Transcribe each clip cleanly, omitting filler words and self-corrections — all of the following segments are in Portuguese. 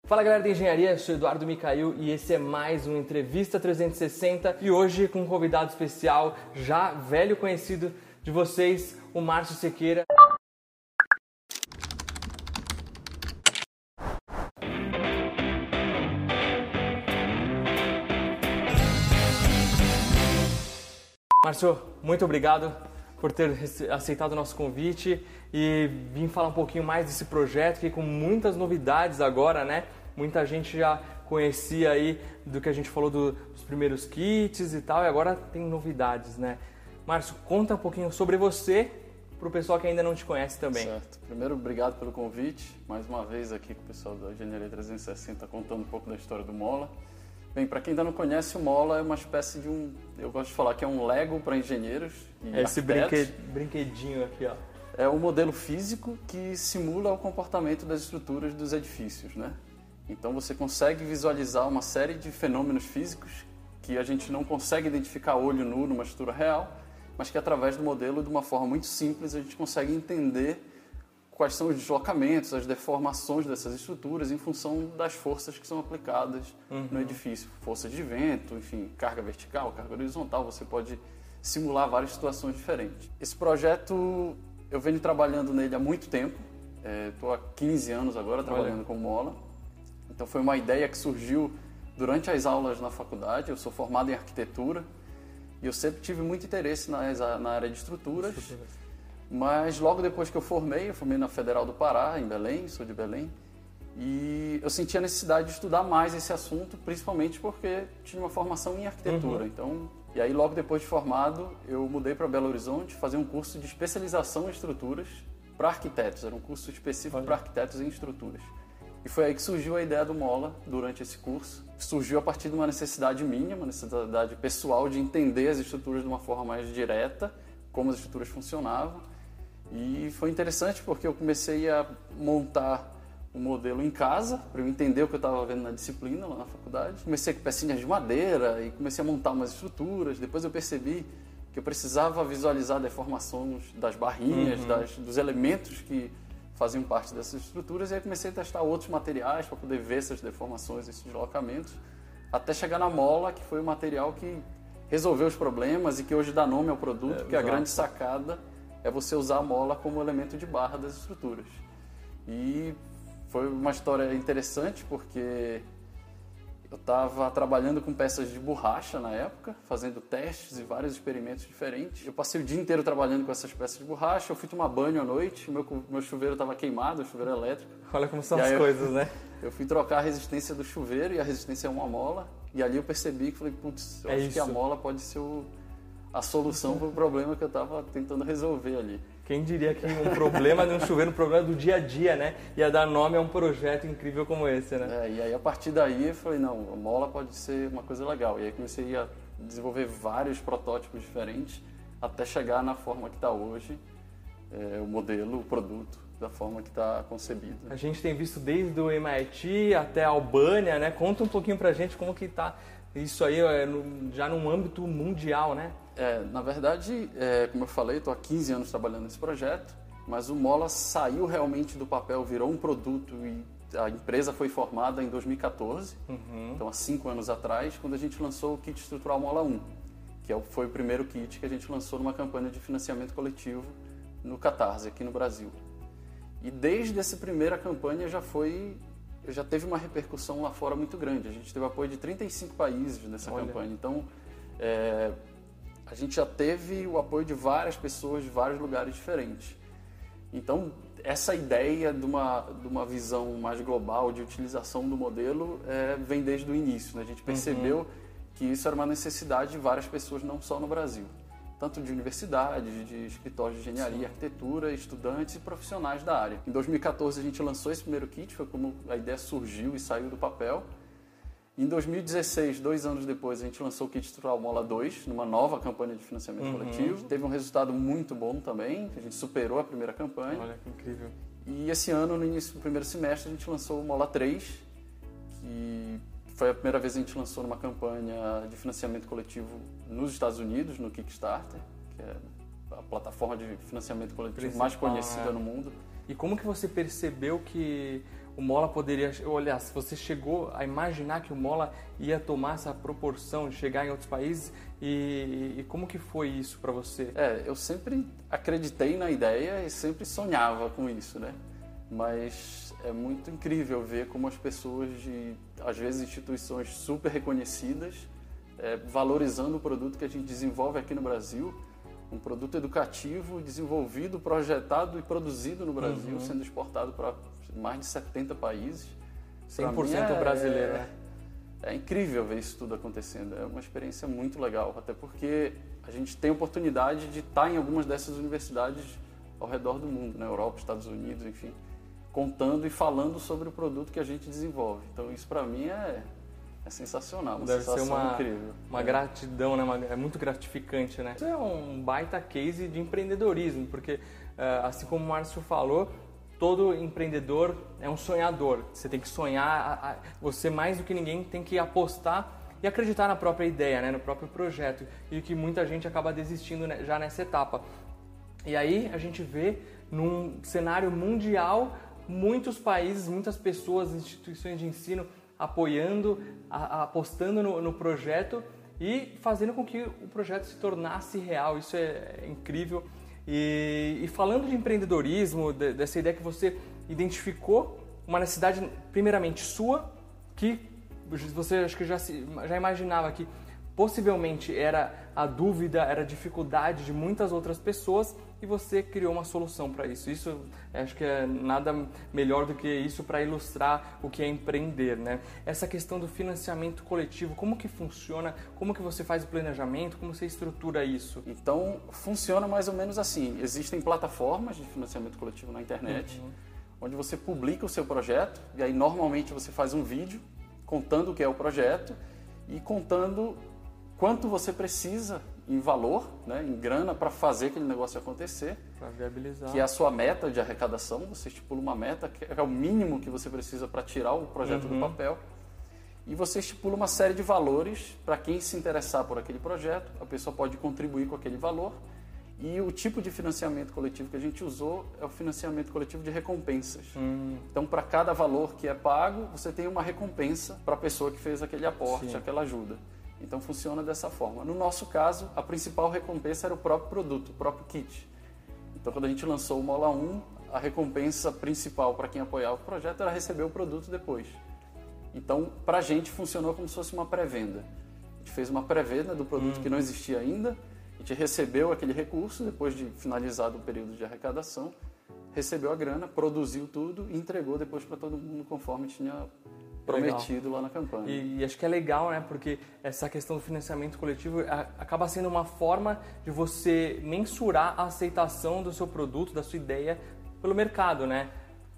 Fala galera da engenharia, eu sou Eduardo Micail e esse é mais um Entrevista 360 e hoje com um convidado especial, já velho conhecido de vocês, o Márcio Sequeira. Márcio, muito obrigado por ter aceitado o nosso convite e vir falar um pouquinho mais desse projeto que com muitas novidades agora, né? Muita gente já conhecia aí do que a gente falou dos primeiros kits e tal, e agora tem novidades, né? Márcio, conta um pouquinho sobre você para o pessoal que ainda não te conhece também. Certo. Primeiro, obrigado pelo convite. Mais uma vez aqui com o pessoal da Engenharia 360 contando um pouco da história do Mola. Bem, para quem ainda não conhece, o Mola é uma espécie de eu gosto de falar que é um Lego para engenheiros e esse arquitetos. brinquedinho aqui, ó. É um modelo físico que simula o comportamento das estruturas dos edifícios, né? Então você consegue visualizar uma série de fenômenos físicos que a gente não consegue identificar a olho nu numa estrutura real, mas que através do modelo, de uma forma muito simples, a gente consegue entender quais são os deslocamentos, as deformações dessas estruturas em função das forças que são aplicadas no edifício. Forças de vento, enfim, carga vertical, carga horizontal, você pode simular várias situações diferentes. Esse projeto, eu venho trabalhando nele há muito tempo, estou há 15 anos agora trabalhando com Mola. Então foi uma ideia que surgiu durante as aulas na faculdade. Eu sou formado em arquitetura e eu sempre tive muito interesse na área de estruturas. Mas logo depois que eu formei na Federal do Pará, em Belém, sou de Belém, e eu senti a necessidade de estudar mais esse assunto, principalmente porque tinha uma formação em arquitetura. Então, e aí logo depois de formado, eu mudei para Belo Horizonte fazer um curso de especialização em estruturas para arquitetos. Era um curso específico para arquitetos em estruturas. E foi aí que surgiu a ideia do Mola durante esse curso. Surgiu a partir de uma necessidade minha, uma necessidade pessoal de entender as estruturas de uma forma mais direta, como as estruturas funcionavam. E foi interessante porque eu comecei a montar um modelo em casa, para eu entender o que eu estava vendo na disciplina lá na faculdade. Comecei com pecinhas de madeira e comecei a montar umas estruturas. Depois eu percebi que eu precisava visualizar deformações das barrinhas, dos elementos que faziam parte dessas estruturas, e aí comecei a testar outros materiais para poder ver essas deformações, esses deslocamentos, até chegar na Mola, que foi o material que resolveu os problemas e que hoje dá nome ao produto, que a grande sacada é você usar a Mola como elemento de barra das estruturas. E foi uma história interessante porque eu estava trabalhando com peças de borracha na época, fazendo testes e vários experimentos diferentes. Eu passei o dia inteiro trabalhando com essas peças de borracha, eu fui tomar banho à noite, meu chuveiro estava queimado, o chuveiro elétrico. Olha como são as coisas, né? Eu fui trocar a resistência do chuveiro e a resistência é uma mola, e ali eu percebi que falei, putz, eu acho que a mola pode ser a solução para o problema que eu estava tentando resolver ali. Quem diria que um problema de um chuveiro, um problema do dia a dia, né? Ia dar nome a um projeto incrível como esse, né? E aí a partir daí eu falei, não, a mola pode ser uma coisa legal. E aí comecei a desenvolver vários protótipos diferentes até chegar na forma que está hoje, o modelo, o produto, da forma que está concebido. A gente tem visto desde o MIT até a Albânia, né? Conta um pouquinho pra gente como que está isso aí já num âmbito mundial, né? Na verdade, como eu falei, estou há 15 anos trabalhando nesse projeto, mas o Mola saiu realmente do papel, virou um produto e a empresa foi formada em 2014, então há 5 anos atrás, quando a gente lançou o Kit Estrutural Mola 1, que foi o primeiro kit que a gente lançou numa campanha de financiamento coletivo no Catarse, aqui no Brasil. E desde essa primeira campanha já teve uma repercussão lá fora muito grande. A gente teve apoio de 35 países nessa campanha, então a gente já teve o apoio de várias pessoas de vários lugares diferentes. Então, essa ideia de uma visão mais global de utilização do modelo vem desde o início, né? A gente percebeu que isso era uma necessidade de várias pessoas, não só no Brasil. Tanto de universidades, de escritórios de engenharia, arquitetura, estudantes e profissionais da área. Em 2014 a gente lançou esse primeiro kit, foi como a ideia surgiu e saiu do papel. Em 2016, 2 anos depois, a gente lançou o Kit Estrutural Mola 2, numa nova campanha de financiamento coletivo. Teve um resultado muito bom também, a gente superou a primeira campanha. Olha que incrível. E esse ano, no início do primeiro semestre, a gente lançou o Mola 3, que foi a primeira vez que a gente lançou numa campanha de financiamento coletivo nos Estados Unidos, no Kickstarter, que é a plataforma de financiamento coletivo mais conhecida no mundo. E como que você percebeu que o Mola poderia... Olha, se você chegou a imaginar que o Mola ia tomar essa proporção de chegar em outros países e como que foi isso para você? Eu sempre acreditei na ideia e sempre sonhava com isso, né? Mas é muito incrível ver como as pessoas às vezes, instituições super reconhecidas, valorizando o produto que a gente desenvolve aqui no Brasil, um produto educativo desenvolvido, projetado e produzido no Brasil, sendo exportado para mais de 70 países. 100% brasileiro, né? É incrível ver isso tudo acontecendo, é uma experiência muito legal, até porque a gente tem a oportunidade de estar em algumas dessas universidades ao redor do mundo, na Europa, Estados Unidos, enfim, contando e falando sobre o produto que a gente desenvolve. Então isso para mim é sensacional, uma sensação incrível. Uma gratidão, né? É muito gratificante, né? Isso é um baita case de empreendedorismo, porque assim como o Márcio falou, todo empreendedor é um sonhador. Você tem que sonhar, você mais do que ninguém tem que apostar e acreditar na própria ideia, né? No próprio projeto, e que muita gente acaba desistindo, né, já nessa etapa. E aí a gente vê num cenário mundial muitos países, muitas pessoas, instituições de ensino apoiando, apostando no projeto e fazendo com que o projeto se tornasse real. Isso é incrível. E falando de empreendedorismo, dessa ideia que você identificou, uma necessidade primeiramente sua, que você acho que já imaginava que possivelmente era a dúvida, era a dificuldade de muitas outras pessoas, e você criou uma solução para isso. Isso, acho que é nada melhor do que isso para ilustrar o que é empreender, né? Essa questão do financiamento coletivo, como que funciona? Como que você faz o planejamento? Como você estrutura isso? Então, funciona mais ou menos assim. Existem plataformas de financiamento coletivo na internet, onde você publica o seu projeto, e aí normalmente você faz um vídeo contando o que é o projeto e contando quanto você precisa em valor, né, em grana, para fazer aquele negócio acontecer. Para viabilizar. Que é a sua meta de arrecadação. Você estipula uma meta, que é o mínimo que você precisa para tirar o projeto do papel. E você estipula uma série de valores para quem se interessar por aquele projeto. A pessoa pode contribuir com aquele valor. E o tipo de financiamento coletivo que a gente usou é o financiamento coletivo de recompensas. Então, para cada valor que é pago, você tem uma recompensa para a pessoa que fez aquele aporte, aquela ajuda. Então funciona dessa forma. No nosso caso, a principal recompensa era o próprio produto, o próprio kit. Então quando a gente lançou o Mola 1, a recompensa principal para quem apoiava o projeto era receber o produto depois. Então para a gente funcionou como se fosse uma pré-venda. A gente fez uma pré-venda do produto que não existia ainda, a gente recebeu aquele recurso depois de finalizado o período de arrecadação, recebeu a grana, produziu tudo e entregou depois para todo mundo conforme tinha prometido lá na campanha. E acho que é legal, né? Porque essa questão do financiamento coletivo acaba sendo uma forma de você mensurar a aceitação do seu produto, da sua ideia pelo mercado, né?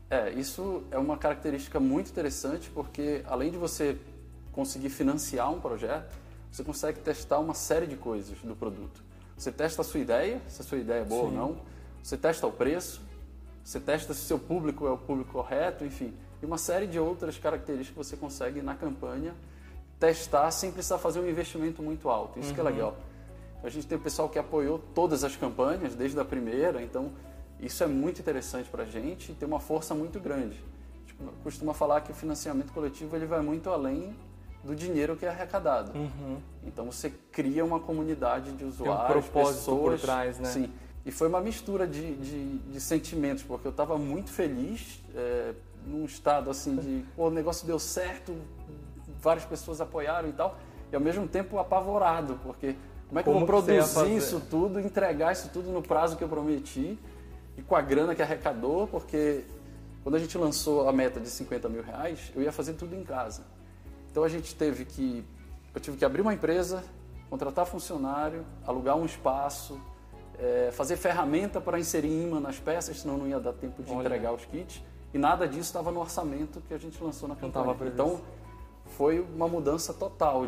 Isso é uma característica muito interessante, porque além de você conseguir financiar um projeto, você consegue testar uma série de coisas do produto. Você testa a sua ideia, se a sua ideia é boa ou não, você testa o preço, você testa se o seu público é o público correto, enfim. E uma série de outras características que você consegue na campanha testar sem precisar fazer um investimento muito alto. Isso que é legal. A gente tem o pessoal que apoiou todas as campanhas, desde a primeira, então isso é muito interessante para a gente e tem uma força muito grande. A gente costuma falar que o financiamento coletivo ele vai muito além do dinheiro que é arrecadado. Então você cria uma comunidade de usuários, tem um propósito pessoas, por trás, né? Sim. E foi uma mistura de sentimentos, porque eu estava muito feliz, num estado assim de, o negócio deu certo, várias pessoas apoiaram e tal, e ao mesmo tempo apavorado, porque como é que eu vou produzir isso tudo, entregar isso tudo no prazo que eu prometi e com a grana que arrecadou, porque quando a gente lançou a meta de 50 mil reais, eu ia fazer tudo em casa. Então eu tive que abrir uma empresa, contratar funcionário, alugar um espaço, fazer ferramenta para inserir imã nas peças, senão não ia dar tempo de entregar os kits. E nada disso estava no orçamento que a gente lançou na campanha. Então, foi uma mudança total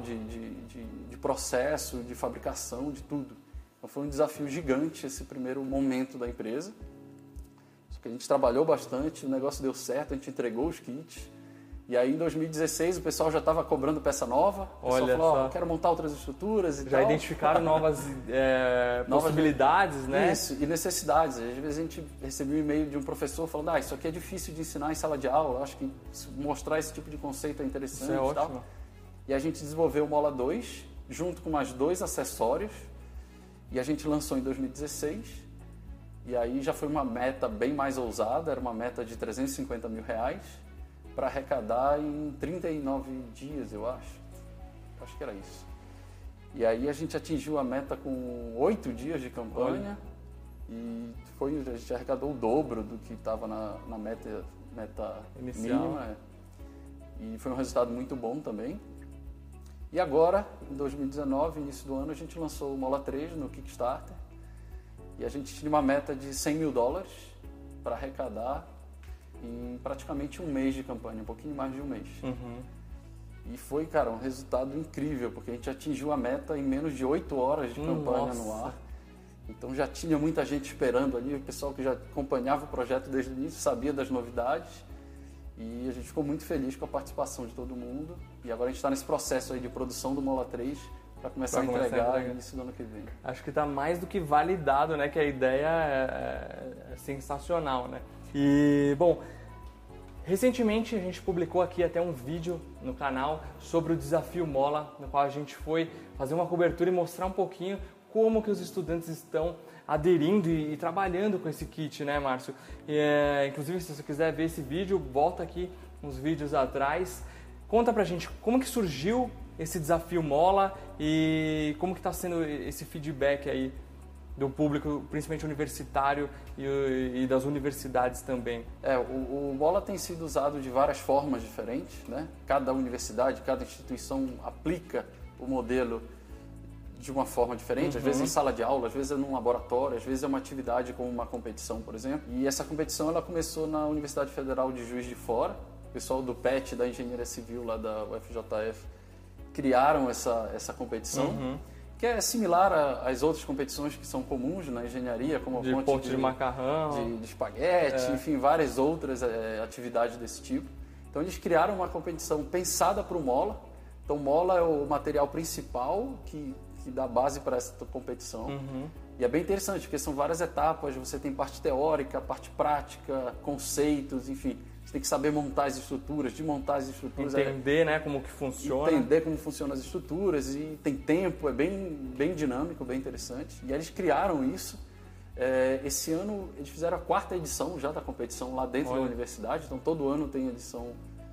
de processo, de fabricação, de tudo. Então, foi um desafio gigante esse primeiro momento da empresa. Só que a gente trabalhou bastante, o negócio deu certo, a gente entregou os kits. E aí, em 2016, o pessoal já estava cobrando peça nova. O pessoal falou, quero montar outras estruturas e tal. Já identificaram novas possibilidades, né? Isso, e necessidades. Às vezes a gente recebeu um e-mail de um professor falando, isso aqui é difícil de ensinar em sala de aula, acho que mostrar esse tipo de conceito é interessante. Isso é e tal. ótimo. E a gente desenvolveu o Mola 2, junto com mais 2 acessórios, e a gente lançou em 2016. E aí já foi uma meta bem mais ousada, era uma meta de R$350 mil, para arrecadar em 39 dias, eu acho. Acho que era isso. E aí a gente atingiu a meta com 8 dias de campanha. E a gente arrecadou o dobro do que estava na meta inicial. Mínima. E foi um resultado muito bom também. E agora, em 2019, início do ano, a gente lançou o Mola 3 no Kickstarter. E a gente tinha uma meta de $100 mil para arrecadar em praticamente um mês de campanha, um pouquinho mais de um mês. E foi, cara, um resultado incrível, porque a gente atingiu a meta em menos de 8 horas de campanha no ar. Então já tinha muita gente esperando ali, o pessoal que já acompanhava o projeto desde o início, sabia das novidades. E a gente ficou muito feliz com a participação de todo mundo. E agora a gente está nesse processo aí de produção do Mola 3 para começar a entregar no início do ano que vem. Acho que está mais do que validado, né? Que a ideia é sensacional, né? E, bom, recentemente a gente publicou aqui até um vídeo no canal sobre o Desafio Mola, no qual a gente foi fazer uma cobertura e mostrar um pouquinho como que os estudantes estão aderindo e trabalhando com esse kit, né, Márcio? Inclusive, se você quiser ver esse vídeo, volta aqui uns vídeos atrás. Conta pra gente como que surgiu esse Desafio Mola e como que está sendo esse feedback aí do público, principalmente universitário e das universidades também. O Mola tem sido usado de várias formas diferentes, né? Cada universidade, cada instituição aplica o modelo de uma forma diferente, às vezes em sala de aula, às vezes é num laboratório, às vezes é uma atividade como uma competição, por exemplo. E essa competição ela começou na Universidade Federal de Juiz de Fora. O pessoal do PET, da Engenharia Civil lá da UFJF, criaram essa competição, que é similar às outras competições que são comuns na engenharia, como a ponte de macarrão, de espaguete, enfim, várias outras atividades desse tipo. Então eles criaram uma competição pensada para o Mola. Então o Mola é o material principal que dá base para essa competição. E é bem interessante, porque são várias etapas, você tem parte teórica, parte prática, conceitos, enfim. Você tem que saber montar as estruturas, desmontar as estruturas. Entender, né, como que funciona. Entender como funcionam as estruturas e tem tempo, é bem dinâmico, bem interessante. E eles criaram isso. Esse ano eles fizeram a 4ª edição já da competição lá dentro da universidade. Então todo ano tem edição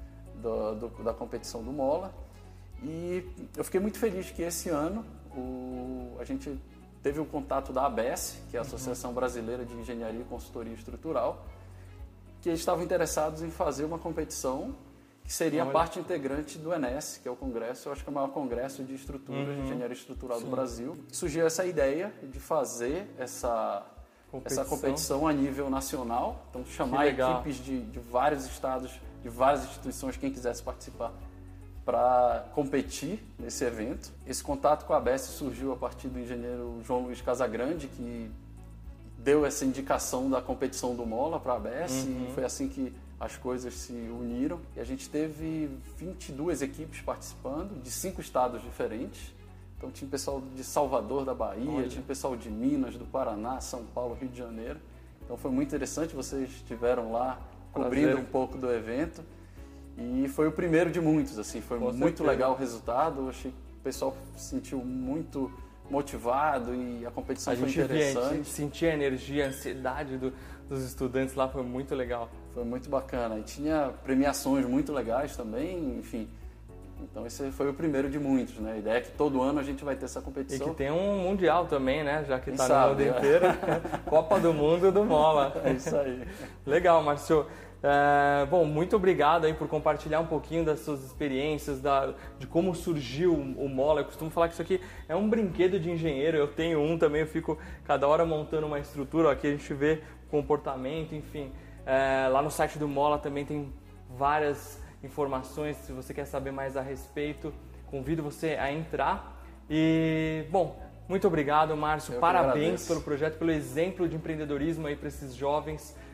da competição do Mola. E eu fiquei muito feliz que esse ano a gente teve um contato da ABS, que é a Associação Brasileira de Engenharia e Consultoria Estrutural, que eles estavam interessados em fazer uma competição que seria parte integrante do ENES, que é o congresso, eu acho que é o maior congresso de estruturas, de engenharia estrutural do Brasil. Surgiu essa ideia de fazer essa competição a nível nacional, então chamar equipes de vários estados, de várias instituições, quem quisesse participar, para competir nesse evento. Esse contato com a ABS surgiu a partir do engenheiro João Luiz Casagrande, que deu essa indicação da competição do Mola para a ABS e foi assim que as coisas se uniram. E a gente teve 22 equipes participando, de 5 estados diferentes. Então tinha pessoal de Salvador, da Bahia, tinha pessoal de Minas, do Paraná, São Paulo, Rio de Janeiro. Então foi muito interessante, vocês estiveram lá cobrindo um pouco do evento. E foi o primeiro de muitos, assim, foi muito legal o resultado. Eu achei que o pessoal se sentiu muito motivado e a competição foi interessante. A gente sentia a energia, a ansiedade dos estudantes lá, foi muito legal. Foi muito bacana. E tinha premiações muito legais também, enfim. Então esse foi o primeiro de muitos, né? A ideia é que todo ano a gente vai ter essa competição. E que tem um mundial também, né? Já que está no mundo inteiro. Copa do Mundo do Mola. É isso aí. Legal, Márcio. Bom, muito obrigado aí por compartilhar um pouquinho das suas experiências, de como surgiu o Mola. Eu costumo falar que isso aqui é um brinquedo de engenheiro, eu tenho um também, eu fico cada hora montando uma estrutura. Aqui a gente vê comportamento, enfim. Lá no site do Mola também tem várias informações, se você quer saber mais a respeito, convido você a entrar. E, bom, muito obrigado, Márcio, parabéns pelo projeto, pelo exemplo de empreendedorismo aí para esses jovens.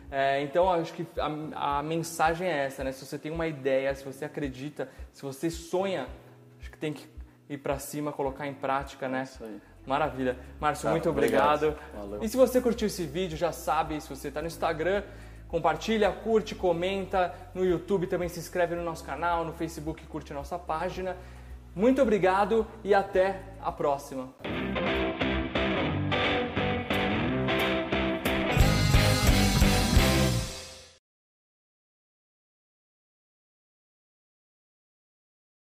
Então, acho que a mensagem é essa, né? Se você tem uma ideia, se você acredita, se você sonha, acho que tem que ir para cima, colocar em prática, né? Isso aí. Maravilha. Márcio, muito obrigado. Valeu. E se você curtiu esse vídeo, já sabe, se você está no Instagram, compartilha, curte, comenta. No YouTube também se inscreve no nosso canal, no Facebook curte a nossa página. Muito obrigado e até a próxima.